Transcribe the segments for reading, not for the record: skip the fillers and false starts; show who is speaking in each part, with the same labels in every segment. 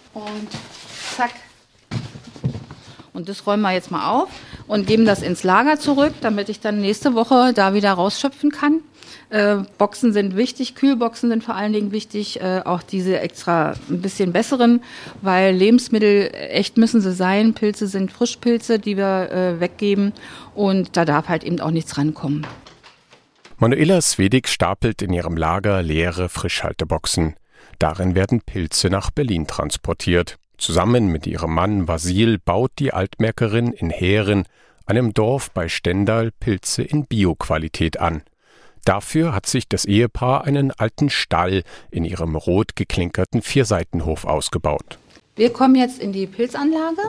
Speaker 1: Und zack. Und das räumen wir jetzt mal auf und geben das ins Lager zurück, damit ich dann nächste Woche da wieder rausschöpfen kann. Boxen sind wichtig, Kühlboxen sind vor allen Dingen wichtig, auch diese extra ein bisschen besseren, weil Lebensmittel, echt müssen sie sein, Pilze sind Frischpilze, die wir weggeben und da darf halt eben auch nichts rankommen.
Speaker 2: Manuela Swedig stapelt in ihrem Lager leere Frischhalteboxen. Darin werden Pilze nach Berlin transportiert. Zusammen mit ihrem Mann Vasil baut die Altmärkerin in Heeren, einem Dorf bei Stendal, Pilze in Bio-Qualität an. Dafür hat sich das Ehepaar einen alten Stall in ihrem rot geklinkerten Vierseitenhof ausgebaut.
Speaker 1: Wir kommen jetzt in die Pilzanlage.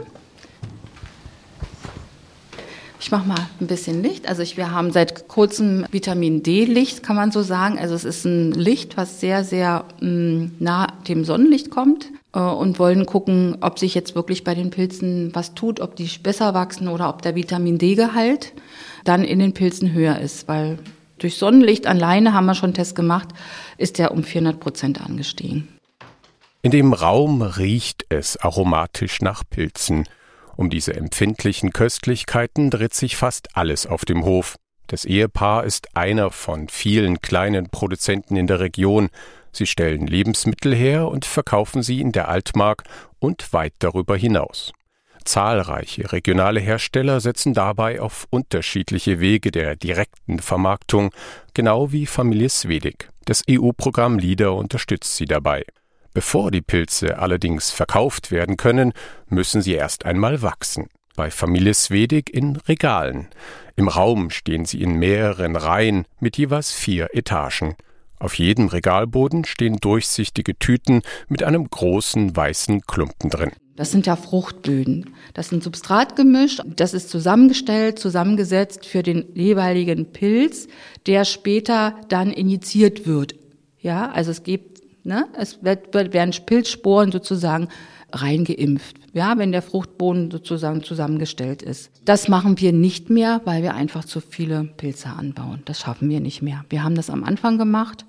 Speaker 1: Ich mache mal ein bisschen Licht. Also wir haben seit kurzem Vitamin-D-Licht, kann man so sagen. Also es ist ein Licht, was sehr, sehr nah dem Sonnenlicht kommt und wollen gucken, ob sich jetzt wirklich bei den Pilzen was tut, ob die besser wachsen oder ob der Vitamin-D-Gehalt dann in den Pilzen höher ist, weil durch Sonnenlicht alleine, haben wir schon einen Test gemacht, ist der um 400% angestiegen.
Speaker 2: In dem Raum riecht es aromatisch nach Pilzen. Um diese empfindlichen Köstlichkeiten dreht sich fast alles auf dem Hof. Das Ehepaar ist einer von vielen kleinen Produzenten in der Region. Sie stellen Lebensmittel her und verkaufen sie in der Altmark und weit darüber hinaus. Zahlreiche regionale Hersteller setzen dabei auf unterschiedliche Wege der direkten Vermarktung, genau wie Familie Swedig. Das EU-Programm LEADER unterstützt sie dabei. Bevor die Pilze allerdings verkauft werden können, müssen sie erst einmal wachsen. Bei Familie Swedig in Regalen. Im Raum stehen sie in mehreren Reihen mit jeweils 4 Etagen. Auf jedem Regalboden stehen durchsichtige Tüten mit einem großen weißen Klumpen drin.
Speaker 1: Das sind ja Fruchtböden. Das ist ein Substratgemisch. Das ist zusammengestellt, zusammengesetzt für den jeweiligen Pilz, der später dann injiziert wird. Ja, also es werden Pilzsporen sozusagen reingeimpft. Ja, wenn der Fruchtboden sozusagen zusammengestellt ist. Das machen wir nicht mehr, weil wir einfach zu viele Pilze anbauen. Das schaffen wir nicht mehr. Wir haben das am Anfang gemacht.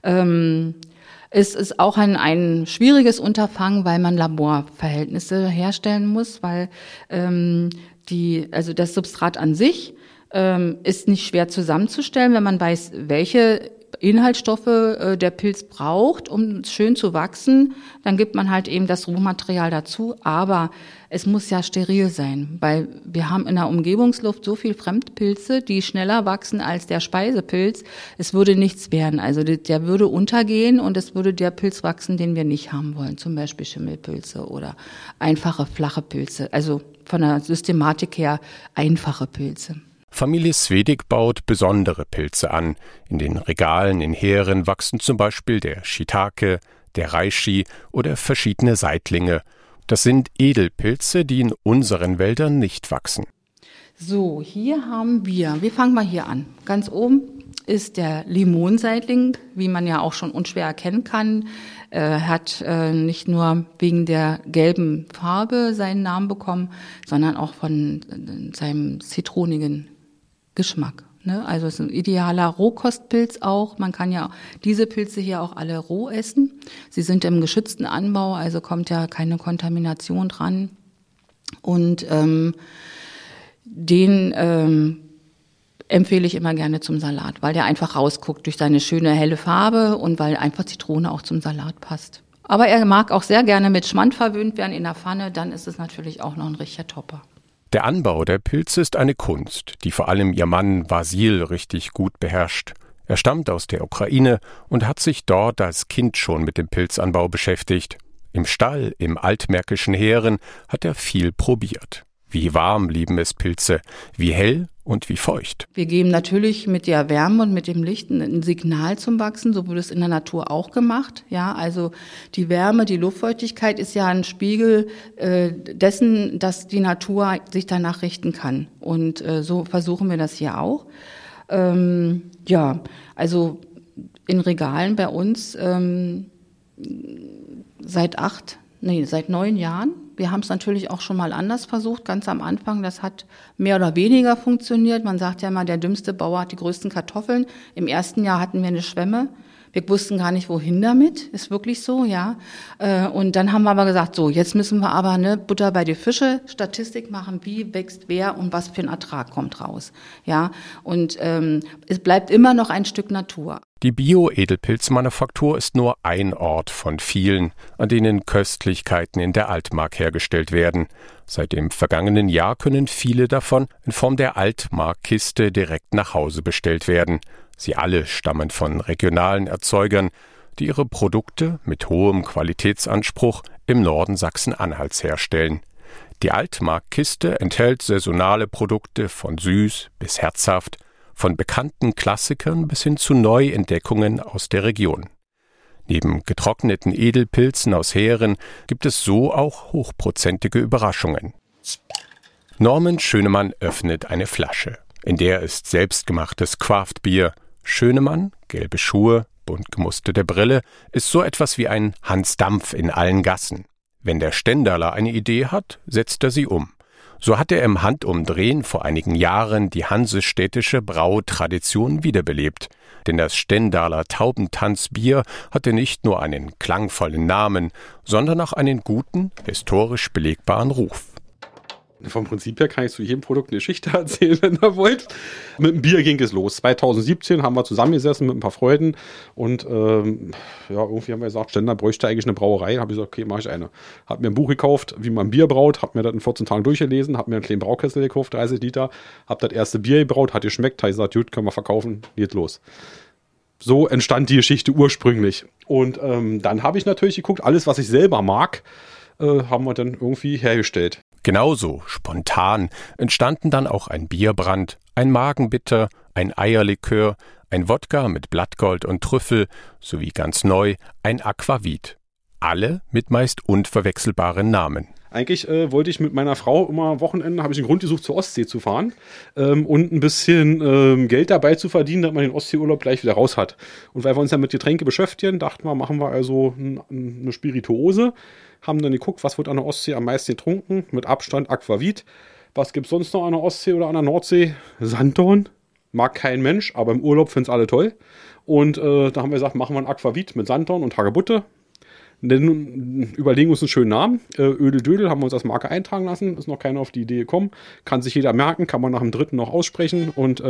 Speaker 1: Es ist auch ein schwieriges Unterfangen, weil man Laborverhältnisse herstellen muss, weil das Substrat an sich ist nicht schwer zusammenzustellen, wenn man weiß, welche Inhaltsstoffe der Pilz braucht, um schön zu wachsen. Dann gibt man halt eben das Rohmaterial dazu, aber es muss ja steril sein, weil wir haben in der Umgebungsluft so viel Fremdpilze, die schneller wachsen als der Speisepilz. Es würde nichts werden, also der würde untergehen und es würde der Pilz wachsen, den wir nicht haben wollen, zum Beispiel Schimmelpilze oder einfache, flache Pilze, also von der Systematik her einfache Pilze.
Speaker 2: Familie Swedig baut besondere Pilze an. In den Regalen in Heeren wachsen zum Beispiel der Shiitake, der Reishi oder verschiedene Seitlinge. Das sind Edelpilze, die in unseren Wäldern nicht wachsen.
Speaker 1: So, hier haben wir fangen mal hier an. Ganz oben ist der Limonseitling, wie man ja auch schon unschwer erkennen kann. Hat nicht nur wegen der gelben Farbe seinen Namen bekommen, sondern auch von seinem zitronigen Geschmack. Ne? Also es ist ein idealer Rohkostpilz auch. Man kann ja diese Pilze hier auch alle roh essen. Sie sind im geschützten Anbau, also kommt ja keine Kontamination dran. Und den empfehle ich immer gerne zum Salat, weil der einfach rausguckt durch seine schöne helle Farbe und weil einfach Zitrone auch zum Salat passt. Aber er mag auch sehr gerne mit Schmand verwöhnt werden in der Pfanne, dann ist es natürlich auch noch ein richtiger Topper.
Speaker 2: Der Anbau der Pilze ist eine Kunst, die vor allem ihr Mann Vasil richtig gut beherrscht. Er stammt aus der Ukraine und hat sich dort als Kind schon mit dem Pilzanbau beschäftigt. Im Stall, im altmärkischen Heeren, hat er viel probiert. Wie warm lieben es Pilze, wie hell und wie feucht.
Speaker 1: Wir geben natürlich mit der Wärme und mit dem Licht ein Signal zum Wachsen, so wird es in der Natur auch gemacht. Ja, also die Wärme, die Luftfeuchtigkeit ist ja ein Spiegel dessen, dass die Natur sich danach richten kann. Und so versuchen wir das hier auch. Also in Regalen bei uns seit 9 Jahren. Wir haben es natürlich auch schon mal anders versucht, ganz am Anfang. Das hat mehr oder weniger funktioniert. Man sagt ja immer, der dümmste Bauer hat die größten Kartoffeln. Im ersten Jahr hatten wir eine Schwemme Wir wussten gar nicht, wohin damit, ist wirklich so, ja. Und dann haben wir aber gesagt, so, jetzt müssen wir aber Butter bei die Fische, Statistik machen, wie wächst wer und was für ein Ertrag kommt raus, ja. Und es bleibt immer noch ein Stück Natur.
Speaker 2: Die Bio-Edelpilzmanufaktur ist nur ein Ort von vielen, an denen Köstlichkeiten in der Altmark hergestellt werden. Seit dem vergangenen Jahr können viele davon in Form der Altmark-Kiste direkt nach Hause bestellt werden. Sie alle stammen von regionalen Erzeugern, die ihre Produkte mit hohem Qualitätsanspruch im Norden Sachsen-Anhalts herstellen. Die Altmark-Kiste enthält saisonale Produkte von süß bis herzhaft, von bekannten Klassikern bis hin zu Neuentdeckungen aus der Region. Neben getrockneten Edelpilzen aus Heeren gibt es so auch hochprozentige Überraschungen. Norman Schönemann öffnet eine Flasche. In der ist selbstgemachtes Craftbier. Schönemann, gelbe Schuhe, bunt gemusterte Brille, ist so etwas wie ein Hans Dampf in allen Gassen. Wenn der Stendaler eine Idee hat, setzt er sie um. So hat er im Handumdrehen vor einigen Jahren die hansestädtische Brautradition wiederbelebt. Denn das Stendaler Taubentanzbier hatte nicht nur einen klangvollen Namen, sondern auch einen guten, historisch belegbaren Ruf.
Speaker 3: Vom Prinzip her kann ich zu jedem Produkt eine Geschichte erzählen, wenn ihr wollt. Mit dem Bier ging es los. 2017 haben wir zusammengesessen mit ein paar Freunden und irgendwie haben wir gesagt, Stender bräuchte eigentlich eine Brauerei. Habe ich gesagt, okay, mache ich eine. Hab mir ein Buch gekauft, wie man Bier braut, hab mir das in 14 Tagen durchgelesen, hab mir einen kleinen Braukessel gekauft, 30 Liter, hab das erste Bier gebraut, hat geschmeckt, hab ich gesagt, gut, können wir verkaufen, geht los. So entstand die Geschichte ursprünglich. Und dann habe ich natürlich geguckt, alles, was ich selber mag, haben wir dann irgendwie hergestellt.
Speaker 2: Genauso spontan entstanden dann auch ein Bierbrand, ein Magenbitter, ein Eierlikör, ein Wodka mit Blattgold und Trüffel sowie ganz neu ein Aquavit. Alle mit meist unverwechselbaren Namen.
Speaker 3: Eigentlich wollte ich mit meiner Frau immer am Wochenende, habe ich einen Grund gesucht, zur Ostsee zu fahren und ein bisschen Geld dabei zu verdienen, damit man den Ostseeurlaub gleich wieder raus hat. Und weil wir uns ja mit Getränke beschäftigen, dachten wir, machen wir also eine Spirituose, haben dann geguckt, was wird an der Ostsee am meisten getrunken, mit Abstand Aquavit. Was gibt es sonst noch an der Ostsee oder an der Nordsee? Sanddorn, mag kein Mensch, aber im Urlaub finden es alle toll. Und da haben wir gesagt, machen wir ein Aquavit mit Sanddorn und Hagebutte. Dann überlegen wir uns einen schönen Namen. Ödeldödel haben wir uns als Marke eintragen lassen. Ist noch keiner auf die Idee gekommen. Kann sich jeder merken, kann man nach dem dritten noch aussprechen. Und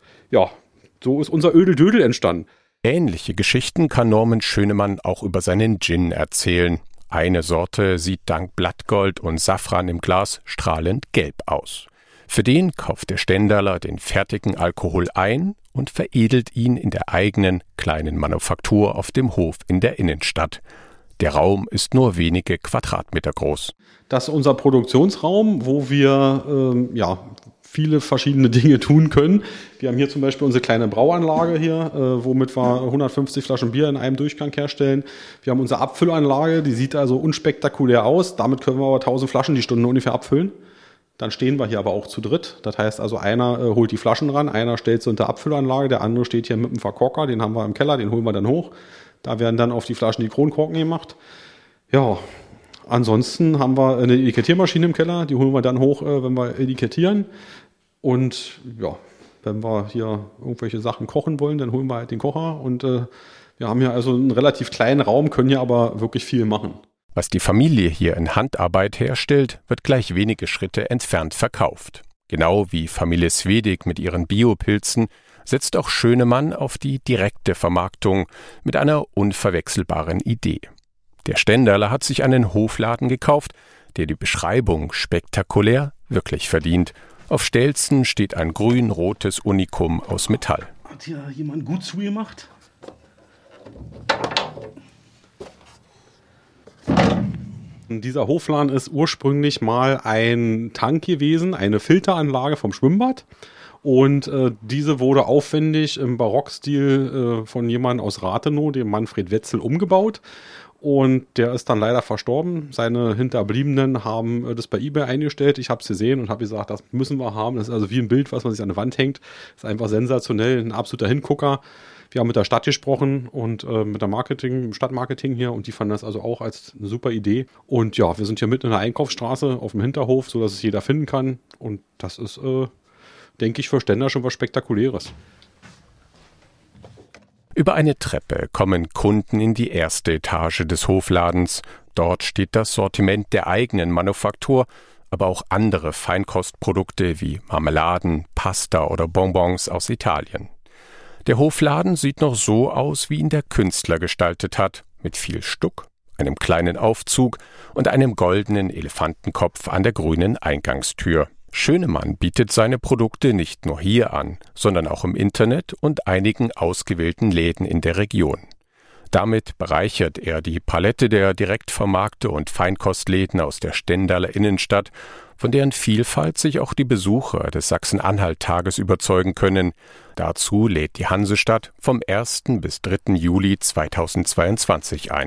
Speaker 3: so ist unser Ödeldödel entstanden.
Speaker 2: Ähnliche Geschichten kann Norman Schönemann auch über seinen Gin erzählen. Eine Sorte sieht dank Blattgold und Safran im Glas strahlend gelb aus. Für den kauft der Stendaler den fertigen Alkohol ein und veredelt ihn in der eigenen kleinen Manufaktur auf dem Hof in der Innenstadt. Der Raum ist nur wenige Quadratmeter groß.
Speaker 3: Das ist unser Produktionsraum, wo wir viele verschiedene Dinge tun können. Wir haben hier zum Beispiel unsere kleine Brauanlage hier, womit wir 150 Flaschen Bier in einem Durchgang herstellen. Wir haben unsere Abfüllanlage, die sieht also unspektakulär aus. Damit können wir aber 1000 Flaschen die Stunde ungefähr abfüllen. Dann stehen wir hier aber auch zu dritt. Das heißt also, einer holt die Flaschen ran, einer stellt sie unter Abfüllanlage, der andere steht hier mit dem Verkorker, den haben wir im Keller, den holen wir dann hoch. Da werden dann auf die Flaschen die Kronkorken gemacht. Ja, ansonsten haben wir eine Etikettiermaschine im Keller, die holen wir dann hoch, wenn wir etikettieren. Und ja, wenn wir hier irgendwelche Sachen kochen wollen, dann holen wir halt den Kocher. Und wir haben hier also einen relativ kleinen Raum, können hier aber wirklich viel machen.
Speaker 2: Was die Familie hier in Handarbeit herstellt, wird gleich wenige Schritte entfernt verkauft. Genau wie Familie Swedig mit ihren Biopilzen setzt auch Schönemann auf die direkte Vermarktung mit einer unverwechselbaren Idee. Der Stendaler hat sich einen Hofladen gekauft, der die Beschreibung spektakulär wirklich verdient. Auf Stelzen steht ein grün-rotes Unikum aus Metall.
Speaker 3: Hat hier jemand gut zugemacht? Dieser Hofladen ist ursprünglich mal ein Tank gewesen, eine Filteranlage vom Schwimmbad. Und diese wurde aufwendig im Barockstil von jemandem aus Rathenow, dem Manfred Wetzel, umgebaut. Und der ist dann leider verstorben. Seine Hinterbliebenen haben das bei eBay eingestellt. Ich habe es gesehen und habe gesagt, das müssen wir haben. Das ist also wie ein Bild, was man sich an die Wand hängt. Das ist einfach sensationell, ein absoluter Hingucker. Wir haben mit der Stadt gesprochen und mit der Stadtmarketing hier, und die fanden das also auch als eine super Idee. Und ja, wir sind hier mitten in der Einkaufsstraße auf dem Hinterhof, sodass es jeder finden kann. Und das ist, denke ich, für Stender schon was Spektakuläres.
Speaker 2: Über eine Treppe kommen Kunden in die erste Etage des Hofladens. Dort steht das Sortiment der eigenen Manufaktur, aber auch andere Feinkostprodukte wie Marmeladen, Pasta oder Bonbons aus Italien. Der Hofladen sieht noch so aus, wie ihn der Künstler gestaltet hat, mit viel Stuck, einem kleinen Aufzug und einem goldenen Elefantenkopf an der grünen Eingangstür. Schönemann bietet seine Produkte nicht nur hier an, sondern auch im Internet und einigen ausgewählten Läden in der Region. Damit bereichert er die Palette der Direktvermarkte und Feinkostläden aus der Stendaler Innenstadt, von deren Vielfalt sich auch die Besucher des Sachsen-Anhalt-Tages überzeugen können. Dazu lädt die Hansestadt vom 1. bis 3. Juli 2022 ein.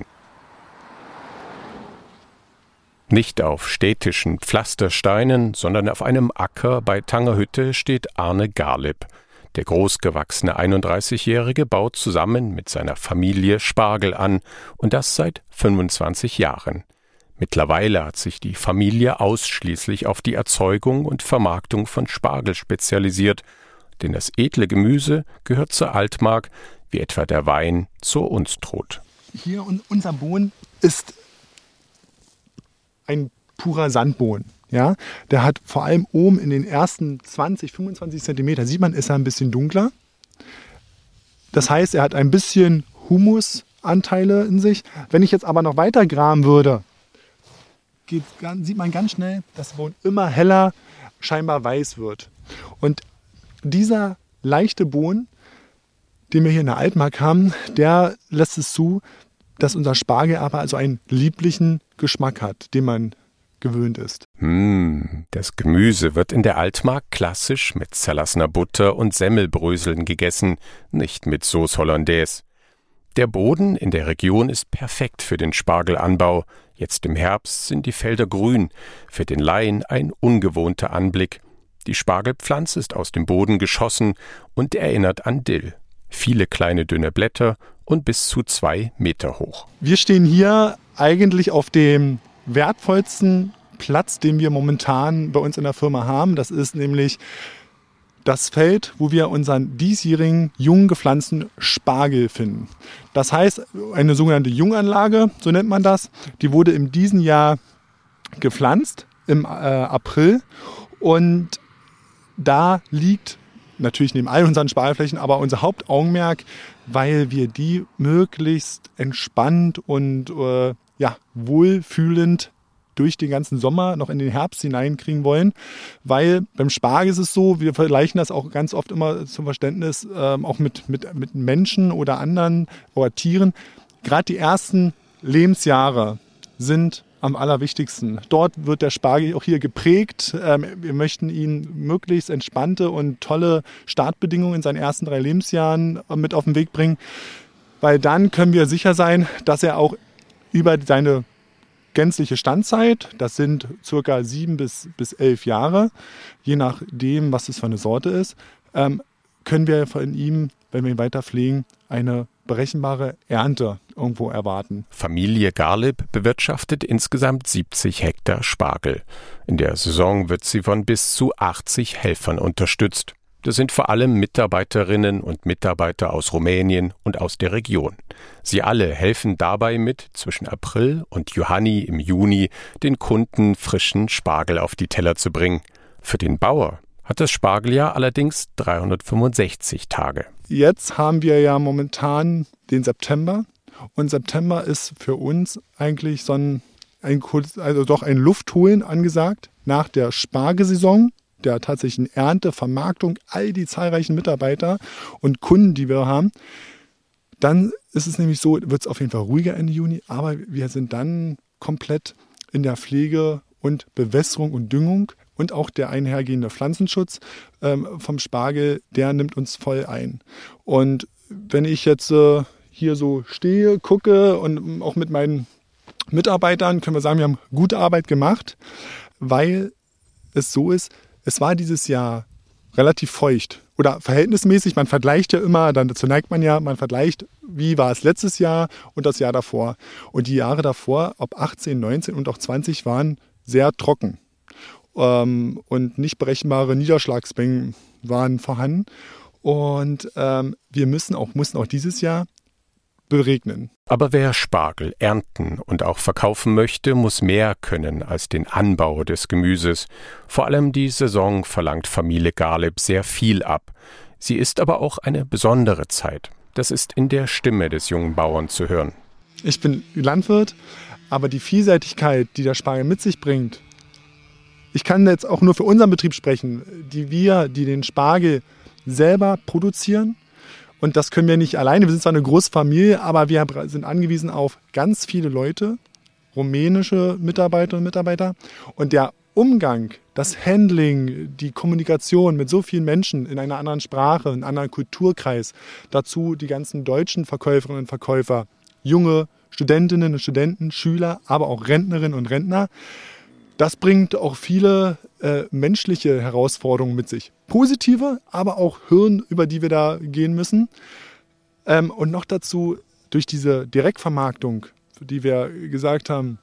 Speaker 2: Nicht auf städtischen Pflastersteinen, sondern auf einem Acker bei Tangerhütte steht Arne Garlib. Der großgewachsene 31-Jährige baut zusammen mit seiner Familie Spargel an, und das seit 25 Jahren. Mittlerweile hat sich die Familie ausschließlich auf die Erzeugung und Vermarktung von Spargel spezialisiert, denn das edle Gemüse gehört zur Altmark, wie etwa der Wein zur Unstrut.
Speaker 4: Hier unser Bohnen ist ein purer Sandbohnen. Ja, der hat vor allem oben in den ersten 20, 25 Zentimeter, sieht man, ist er ein bisschen dunkler. Das heißt, er hat ein bisschen Humusanteile in sich. Wenn ich jetzt aber noch weiter graben würde, sieht man ganz schnell, dass der Boden immer heller, scheinbar weiß wird. Und dieser leichte Boden, den wir hier in der Altmark haben, der lässt es zu, dass unser Spargel aber also einen lieblichen Geschmack hat, den man gewöhnt ist.
Speaker 2: Das Gemüse wird in der Altmark klassisch mit zerlassener Butter und Semmelbröseln gegessen, nicht mit Sauce Hollandaise. Der Boden in der Region ist perfekt für den Spargelanbau. Jetzt im Herbst sind die Felder grün, für den Laien ein ungewohnter Anblick. Die Spargelpflanze ist aus dem Boden geschossen und erinnert an Dill. Viele kleine dünne Blätter und bis zu 2 Meter hoch.
Speaker 4: Wir stehen hier eigentlich auf dem wertvollsten Platz, den wir momentan bei uns in der Firma haben. Das ist nämlich das Feld, wo wir unseren diesjährigen jung gepflanzten Spargel finden. Das heißt, eine sogenannte Junganlage, so nennt man das, die wurde in diesem Jahr gepflanzt, im April. Und da liegt natürlich neben all unseren Spargelflächen aber unser Hauptaugenmerk, weil wir die möglichst entspannt und wohlfühlend durch den ganzen Sommer noch in den Herbst hineinkriegen wollen, weil beim Spargel ist es so, wir vergleichen das auch ganz oft immer zum Verständnis auch mit Menschen oder anderen oder Tieren. Gerade die ersten Lebensjahre sind am allerwichtigsten. Dort wird der Spargel auch hier geprägt. Wir möchten ihm möglichst entspannte und tolle Startbedingungen in seinen ersten 3 Lebensjahren mit auf den Weg bringen, weil dann können wir sicher sein, dass er auch über seine gänzliche Standzeit, das sind ca. 7 bis 11 Jahre, je nachdem, was es für eine Sorte ist, können wir von ihm, wenn wir ihn weiter pflegen, eine berechenbare Ernte irgendwo erwarten.
Speaker 2: Familie Garlib bewirtschaftet insgesamt 70 Hektar Spargel. In der Saison wird sie von bis zu 80 Helfern unterstützt. Das sind vor allem Mitarbeiterinnen und Mitarbeiter aus Rumänien und aus der Region. Sie alle helfen dabei mit, zwischen April und Johanni im Juni den Kunden frischen Spargel auf die Teller zu bringen. Für den Bauer hat das Spargeljahr allerdings 365 Tage.
Speaker 4: Jetzt haben wir ja momentan den September. Und September ist für uns eigentlich so ein Luftholen angesagt nach der Spargelsaison, der tatsächlichen Ernte, Vermarktung, all die zahlreichen Mitarbeiter und Kunden, die wir haben. Dann ist es nämlich so, wird es auf jeden Fall ruhiger Ende Juni, aber wir sind dann komplett in der Pflege und Bewässerung und Düngung und auch der einhergehende Pflanzenschutz vom Spargel, der nimmt uns voll ein. Und wenn ich jetzt hier so stehe, gucke und auch mit meinen Mitarbeitern, können wir sagen, wir haben gute Arbeit gemacht, weil es so ist, es war dieses Jahr relativ feucht oder verhältnismäßig. Man vergleicht ja immer, dazu neigt man ja, man vergleicht, wie war es letztes Jahr und das Jahr davor. Und die Jahre davor, ob 18, 19 und auch 20, waren sehr trocken. Und nicht berechenbare Niederschlagsmengen waren vorhanden. Und wir mussten auch dieses Jahr beregnen.
Speaker 2: Aber wer Spargel ernten und auch verkaufen möchte, muss mehr können als den Anbau des Gemüses. Vor allem die Saison verlangt Familie Garleb sehr viel ab. Sie ist aber auch eine besondere Zeit. Das ist in der Stimme des jungen Bauern zu hören.
Speaker 4: Ich bin Landwirt, aber die Vielseitigkeit, die der Spargel mit sich bringt, ich kann jetzt auch nur für unseren Betrieb sprechen, die den Spargel selber produzieren. Und das können wir nicht alleine. Wir sind zwar eine große Familie, aber wir sind angewiesen auf ganz viele Leute, rumänische Mitarbeiterinnen und Mitarbeiter. Und der Umgang, das Handling, die Kommunikation mit so vielen Menschen in einer anderen Sprache, in einem anderen Kulturkreis, dazu die ganzen deutschen Verkäuferinnen und Verkäufer, junge Studentinnen und Studenten, Schüler, aber auch Rentnerinnen und Rentner, das bringt auch viele menschliche Herausforderungen mit sich. Positive, aber auch Hürden, über die wir da gehen müssen. Und noch dazu durch diese Direktvermarktung, für die wir gesagt haben,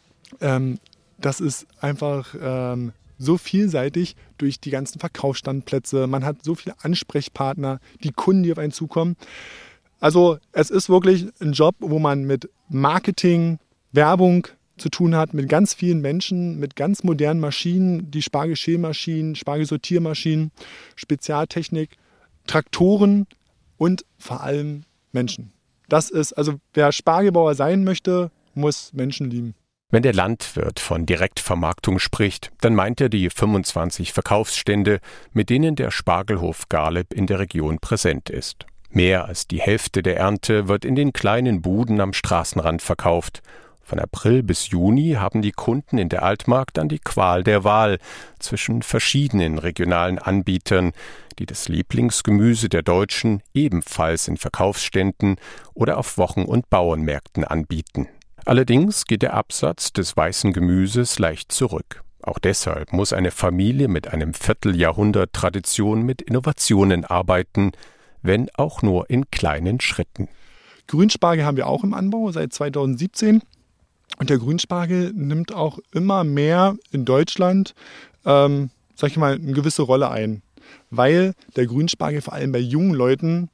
Speaker 4: das ist einfach so vielseitig durch die ganzen Verkaufsstandplätze. Man hat so viele Ansprechpartner, die Kunden, die auf einen zukommen. Also es ist wirklich ein Job, wo man mit Marketing, Werbung zu tun hat, mit ganz vielen Menschen, mit ganz modernen Maschinen, die Spargelschälmaschinen, Spargelsortiermaschinen, Spezialtechnik, Traktoren und vor allem Menschen. Das ist, also wer Spargelbauer sein möchte, muss Menschen lieben.
Speaker 2: Wenn der Landwirt von Direktvermarktung spricht, dann meint er die 25 Verkaufsstände, mit denen der Spargelhof Garleb in der Region präsent ist. Mehr als die Hälfte der Ernte wird in den kleinen Buden am Straßenrand verkauft. Von April bis Juni haben die Kunden in der Altmark dann die Qual der Wahl zwischen verschiedenen regionalen Anbietern, die das Lieblingsgemüse der Deutschen ebenfalls in Verkaufsständen oder auf Wochen- und Bauernmärkten anbieten. Allerdings geht der Absatz des weißen Gemüses leicht zurück. Auch deshalb muss eine Familie mit einem Vierteljahrhundert Tradition mit Innovationen arbeiten, wenn auch nur in kleinen Schritten.
Speaker 4: Grünspargel haben wir auch im Anbau seit 2017. Und der Grünspargel nimmt auch immer mehr in Deutschland, eine gewisse Rolle ein. Weil der Grünspargel vor allem bei jungen Leuten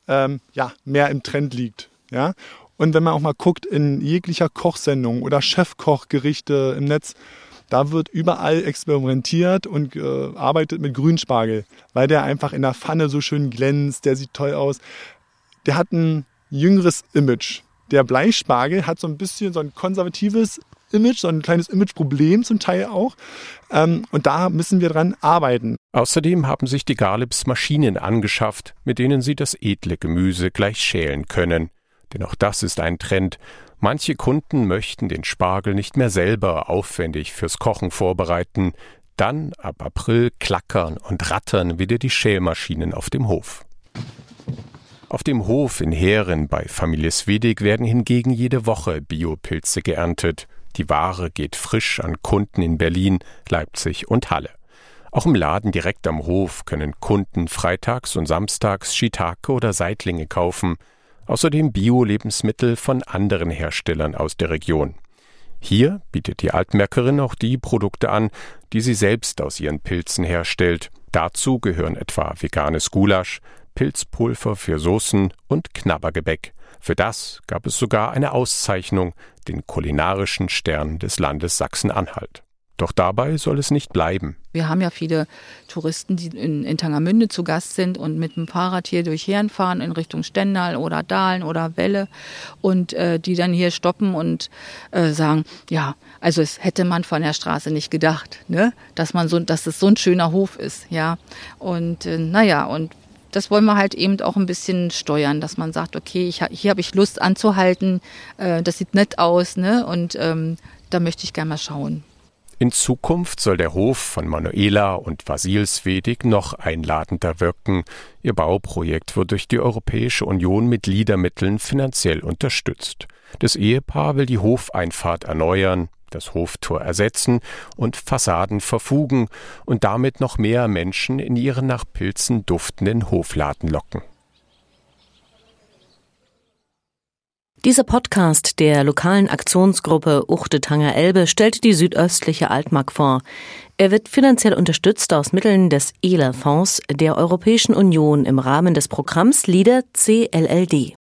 Speaker 4: mehr im Trend liegt. Ja? Und wenn man auch mal guckt in jeglicher Kochsendung oder Chefkochgerichte im Netz, da wird überall experimentiert und arbeitet mit Grünspargel, weil der einfach in der Pfanne so schön glänzt, der sieht toll aus. Der hat ein jüngeres Image. Der Bleispargel hat so ein bisschen so ein konservatives Image, so ein kleines Imageproblem zum Teil auch. Und da müssen wir dran arbeiten.
Speaker 2: Außerdem haben sich die Garlebs Maschinen angeschafft, mit denen sie das edle Gemüse gleich schälen können. Denn auch das ist ein Trend. Manche Kunden möchten den Spargel nicht mehr selber aufwendig fürs Kochen vorbereiten. Dann ab April klackern und rattern wieder die Schälmaschinen auf dem Hof. Auf dem Hof in Heeren bei Familie Swedig werden hingegen jede Woche Biopilze geerntet. Die Ware geht frisch an Kunden in Berlin, Leipzig und Halle. Auch im Laden direkt am Hof können Kunden freitags und samstags Shiitake oder Seitlinge kaufen. Außerdem Bio-Lebensmittel von anderen Herstellern aus der Region. Hier bietet die Altmärkerin auch die Produkte an, die sie selbst aus ihren Pilzen herstellt. Dazu gehören etwa veganes Gulasch, Pilzpulver für Soßen und Knabbergebäck. Für das gab es sogar eine Auszeichnung, den kulinarischen Stern des Landes Sachsen-Anhalt. Doch dabei soll es nicht bleiben.
Speaker 1: Wir haben ja viele Touristen, die in Tangermünde zu Gast sind und mit dem Fahrrad hier durch Heeren fahren in Richtung Stendal oder Dahlen oder Welle und die dann hier stoppen und sagen, ja, also es hätte man von der Straße nicht gedacht, ne, dass es so ein schöner Hof ist, ja. Und und das wollen wir halt eben auch ein bisschen steuern, dass man sagt, okay, hier habe ich Lust anzuhalten, das sieht nett aus, ne? Und da möchte ich gerne mal schauen.
Speaker 2: In Zukunft soll der Hof von Manuela und Vasil Swedig noch einladender wirken. Ihr Bauprojekt wird durch die Europäische Union mit LEADER-Mitteln finanziell unterstützt. Das Ehepaar will die Hofeinfahrt erneuern, das Hoftor ersetzen und Fassaden verfugen und damit noch mehr Menschen in ihren nach Pilzen duftenden Hofladen locken.
Speaker 5: Dieser Podcast der lokalen Aktionsgruppe Uchte-Tanger-Elbe stellt die südöstliche Altmark vor. Er wird finanziell unterstützt aus Mitteln des ELA-Fonds der Europäischen Union im Rahmen des Programms LEADER CLLD.